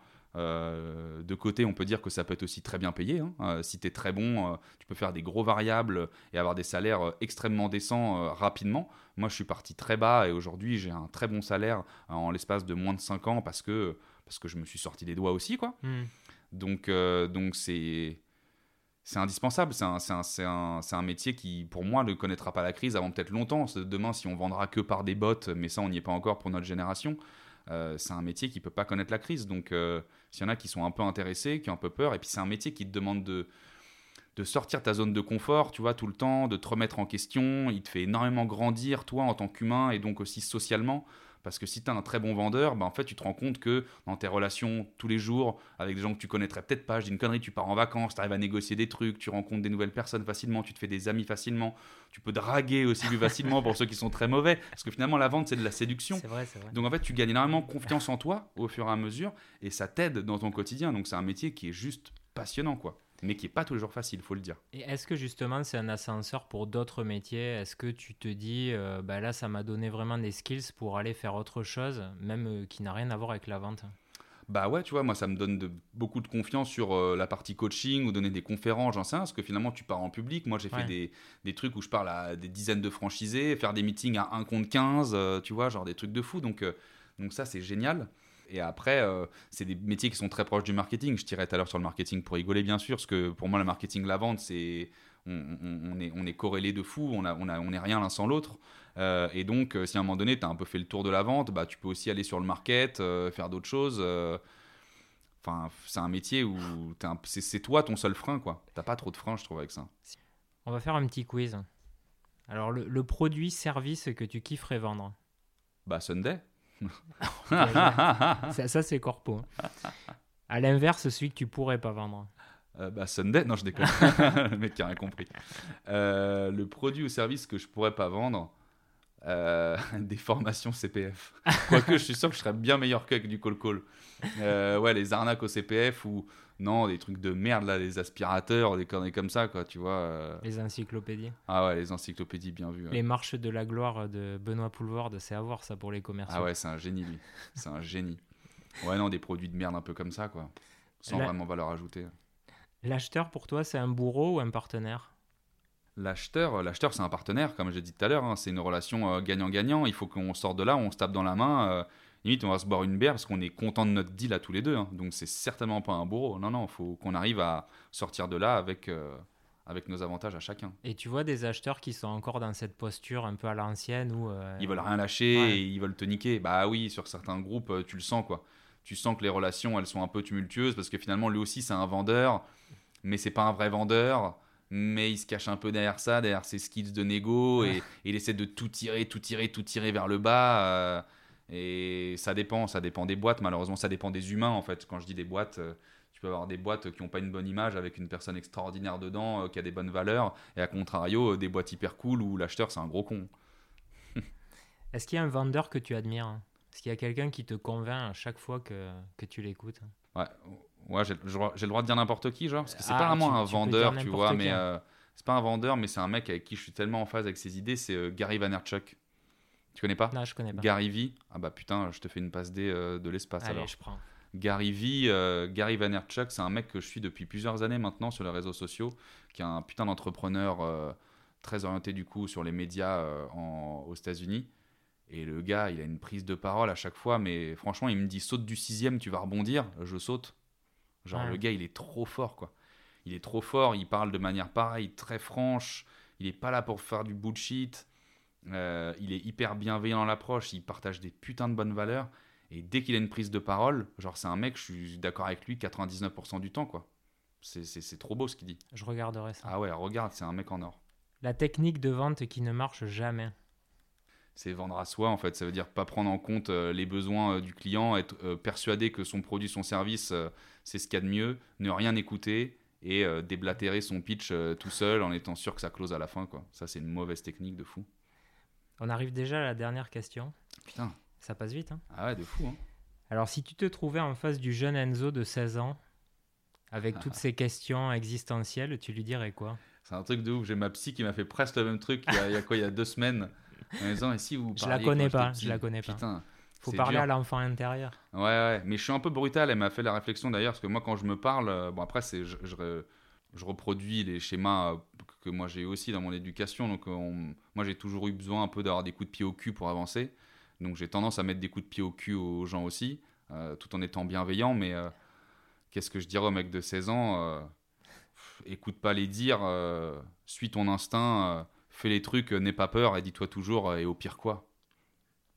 Euh, de côté, on peut dire que ça peut être aussi très bien payé, hein. Euh, si tu es très bon, euh, tu peux faire des gros variables et avoir des salaires euh, extrêmement décents euh, rapidement. Moi, je suis parti très bas et aujourd'hui, j'ai un très bon salaire euh, en l'espace de moins de cinq ans parce que, parce que je me suis sorti les doigts aussi, quoi. Mm. Donc, euh, donc c'est, c'est indispensable. C'est un, c'est, un, c'est, un, c'est un métier qui, pour moi, ne connaîtra pas la crise avant peut-être longtemps. C'est- Demain, si on vendra que par des bots, mais ça, on n'y est pas encore pour notre génération, euh, c'est un métier qui ne peut pas connaître la crise. Donc, euh, s'il y en a qui sont un peu intéressés, qui ont un peu peur, et puis c'est un métier qui te demande de, de sortir ta zone de confort, tu vois, tout le temps, de te remettre en question. Il te fait énormément grandir, toi, en tant qu'humain et donc aussi socialement. Parce que si tu es un très bon vendeur, bah, en fait, tu te rends compte que dans tes relations tous les jours, avec des gens que tu connaîtrais peut-être pas, je dis une connerie, tu pars en vacances, tu arrives à négocier des trucs, tu rencontres des nouvelles personnes facilement, tu te fais des amis facilement, tu peux draguer aussi plus facilement pour ceux qui sont très mauvais. Parce que finalement, la vente, c'est de la séduction. C'est vrai, c'est vrai. Donc en fait, tu gagnes énormément confiance en toi au fur et à mesure et ça t'aide dans ton quotidien. Donc c'est un métier qui est juste passionnant, quoi. Mais qui n'est pas tous les jours facile, il faut le dire. Et est-ce que justement c'est un ascenseur pour d'autres métiers? Est-ce que tu te dis, euh, bah là ça m'a donné vraiment des skills pour aller faire autre chose, même euh, qui n'a rien à voir avec la vente? Bah ouais, tu vois, moi ça me donne de, beaucoup de confiance sur euh, la partie coaching ou donner des conférences, j'en sais rien, parce que finalement tu pars en public. Moi j'ai fait Ouais. des, des trucs où je parle à des dizaines de franchisés, faire des meetings à un contre quinze, euh, tu vois, genre des trucs de fou. Donc, euh, donc ça c'est génial. Et après, euh, c'est des métiers qui sont très proches du marketing. Je tirais tout à l'heure sur le marketing pour rigoler, bien sûr, parce que pour moi, le marketing, la vente, c'est on, on, on est, on est corrélés de fou, on, a, on, a, on est rien l'un sans l'autre. Euh, et donc, euh, si à un moment donné, tu as un peu fait le tour de la vente, bah, tu peux aussi aller sur le market, euh, faire d'autres choses. euh. Enfin, c'est un métier où t'es un- c'est, c'est toi ton seul frein, quoi. T'as pas trop de frein, je trouve, avec ça. On va faire un petit quiz. Alors le, le produit, service que tu kifferais vendre? Bah, Sunday. Bien joué. ça, ça, c'est corpo. À l'inverse, celui que tu pourrais pas vendre. Euh, bah, Sunday, non, je déconne. Le mec qui a rien compris. Euh, le produit ou service que je pourrais pas vendre, euh, des formations C P F. Quoique, je suis sûr que je serais bien meilleur qu'avec du call-call. Euh, ouais, les arnaques au C P F ou non, des trucs de merde, là, les aspirateurs, des conneries comme ça, quoi, tu vois. euh. Les encyclopédies. Ah ouais, les encyclopédies, bien vues. Ouais. Les marches de la gloire de Benoît Poulvorde, c'est à voir ça pour les commerciaux. Ah ouais, c'est un génie, lui. C'est un génie. Ouais, non, des produits de merde un peu comme ça, quoi. Sans La- vraiment valeur ajoutée. L'acheteur, pour toi, c'est un bourreau ou un partenaire? L'acheteur, l'acheteur, c'est un partenaire, comme j'ai dit tout à l'heure. Hein. C'est une relation euh, gagnant-gagnant. Il faut qu'on sorte de là, on se tape dans la main. euh, limite, on va se boire une bière parce qu'on est content de notre deal à tous les deux. Hein. Donc, c'est certainement pas un bourreau. Non, non, il faut qu'on arrive à sortir de là avec, euh, avec nos avantages à chacun. Et tu vois des acheteurs qui sont encore dans cette posture un peu à l'ancienne où... euh, Ils veulent rien lâcher Ouais. et ils veulent te niquer. Bah oui, sur certains groupes, euh, tu le sens, quoi. Tu sens que les relations, elles sont un peu tumultueuses parce que finalement, lui aussi, c'est un vendeur, mais c'est pas un vrai vendeur. Mais il se cache un peu derrière ça, derrière ses skills de négo, Ouais. et, et il essaie de tout tirer, tout tirer, tout tirer vers le bas. euh, et ça dépend, ça dépend des boîtes, malheureusement, ça dépend des humains, en fait. Quand je dis des boîtes, euh, tu peux avoir des boîtes qui n'ont pas une bonne image avec une personne extraordinaire dedans, euh, qui a des bonnes valeurs, et à contrario, euh, des boîtes hyper cool où l'acheteur, c'est un gros con. Est-ce qu'il y a un vendeur que tu admires? hein Est-ce qu'il y a quelqu'un qui te convainc à chaque fois que, que tu l'écoutes? Ouais, ouais j'ai j'ai le droit de dire n'importe qui, genre, parce que c'est Ah, pas vraiment tu- un tu peux vendeur, dire tu n'importe vois, qui, mais hein. euh, c'est pas un vendeur, mais c'est un mec avec qui je suis tellement en phase avec ses idées, c'est euh, Gary Vaynerchuk. Tu connais pas? Non, je connais pas. Gary V. Ah bah putain, je te fais une passe D euh, de l'espace Allez, alors. je prends. Gary V, euh, Gary Vaynerchuk, c'est un mec que je suis depuis plusieurs années maintenant sur les réseaux sociaux, qui est un putain d'entrepreneur euh, très orienté du coup sur les médias euh, en- aux États-Unis. Et le gars, il a une prise de parole à chaque fois, mais franchement, il me dit saute du sixième, tu vas rebondir. Je saute. Genre, Ouais. le gars, il est trop fort, quoi. Il est trop fort, il parle de manière pareille, très franche. Il est pas là pour faire du bullshit. Euh, il est hyper bienveillant dans l'approche, il partage des putains de bonnes valeurs. Et dès qu'il a une prise de parole, genre, c'est un mec, je suis d'accord avec lui quatre-vingt-dix-neuf pour cent du temps, quoi. C'est, c'est, c'est trop beau ce qu'il dit. Je regarderai ça. Ah ouais, regarde, c'est un mec en or. La technique de vente qui ne marche jamais. C'est vendre à soi, en fait. Ça veut dire pas prendre en compte euh, les besoins euh, du client, être euh, persuadé que son produit, son service, euh, c'est ce qu'il y a de mieux, ne rien écouter et euh, déblatérer son pitch euh, tout seul en étant sûr que ça close à la fin, quoi. Ça, c'est une mauvaise technique de fou. On arrive déjà à la dernière question. Putain, Ça passe vite, hein. ah ouais, de fou, hein. Alors, si tu te trouvais en face du jeune Enzo de seize ans, avec toutes ces questions existentielles, tu lui dirais quoi? C'est un truc de ouf. J'ai ma psy qui m'a fait presque le même truc il y a, il y a quoi, il y a deux semaines. En disant, et si vous Je la parliez connais quand pas, j'étais je la petit connais pas. Putain, Faut c'est parler dur. à l'enfant intérieur. Ouais, ouais, mais je suis un peu brutal. Elle m'a fait la réflexion d'ailleurs, parce que moi, quand je me parle, euh, bon, après, c'est, je, je, re- je reproduis les schémas euh, que moi j'ai eu aussi dans mon éducation. Donc, on- moi, j'ai toujours eu besoin un peu d'avoir des coups de pied au cul pour avancer. Donc, j'ai tendance à mettre des coups de pied au cul aux gens aussi, euh, tout en étant bienveillant. Mais euh, qu'est-ce que je dirais au mec de seize ans euh, pff, écoute pas les dires, euh, suis ton instinct, euh, fais les trucs, euh, n'aie pas peur et dis-toi toujours, euh, et au pire quoi.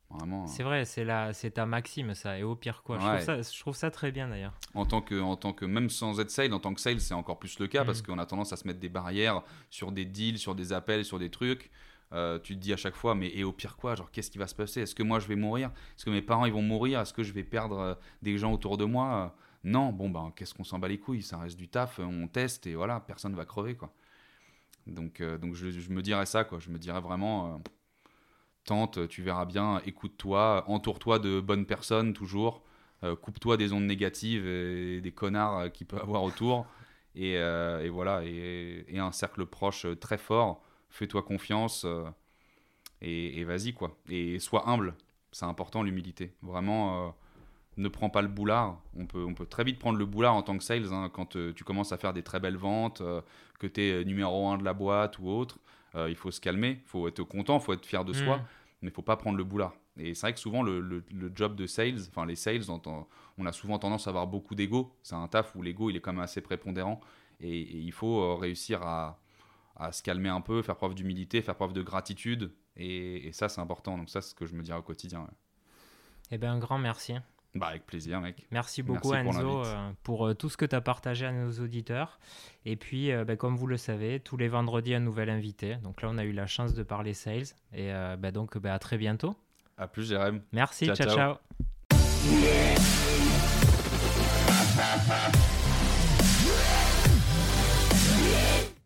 Vraiment. C'est vrai, c'est, la, c'est ta maxime, ça. Et au pire, quoi. Je, Ouais. trouve ça, je trouve ça très bien, d'ailleurs. En tant que, en tant que, même sans être sales, en tant que sales, c'est encore plus le cas Mm. parce qu'on a tendance à se mettre des barrières sur des deals, sur des appels, sur des trucs. Euh, tu te dis à chaque fois, mais et au pire quoi, genre qu'est-ce qui va se passer? Est-ce que moi je vais mourir? Est-ce que mes parents ils vont mourir? Est-ce que je vais perdre euh, des gens autour de moi? Euh, Non, bon ben qu'est-ce qu'on s'en bat les couilles? Ça reste du taf, on teste et voilà, personne va crever quoi. Donc, euh, donc je, je me dirais ça quoi, je me dirais vraiment, euh, tente, tu verras bien, écoute-toi, entoure-toi de bonnes personnes toujours, euh, coupe-toi des ondes négatives et des connards euh, qu'il peut avoir autour et, euh, et voilà, et, et un cercle proche euh, très fort. Fais-toi confiance euh, et, et vas-y quoi. Et sois humble, c'est important l'humilité. Vraiment, euh, ne prends pas le boulard. On peut, on peut très vite prendre le boulard en tant que sales hein, quand euh, tu commences à faire des très belles ventes, euh, que tu es numéro un de la boîte ou autre. Euh, il faut se calmer, il faut être content, il faut être fier de soi, Mm. mais il faut pas prendre le boulard. Et c'est vrai que souvent le, le, le job de sales, enfin les sales, on, on a souvent tendance à avoir beaucoup d'ego. C'est un taf où l'ego il est quand même assez prépondérant et, et il faut euh, réussir à à se calmer un peu, faire preuve d'humilité, faire preuve de gratitude. Et, et ça, c'est important. Donc ça, c'est ce que je me dirais au quotidien. Ouais. Eh bien, un grand merci. Bah, avec plaisir, mec. Merci beaucoup, Merci pour Enzo, l'invite. euh, pour euh, tout ce que tu as partagé à nos auditeurs. Et puis, euh, bah, comme vous le savez, tous les vendredis, un nouvel invité. Donc là, on a eu la chance de parler sales. Et euh, bah, donc, bah, à très bientôt. À plus, Jérém. Merci, Ciao, ciao, ciao. ciao.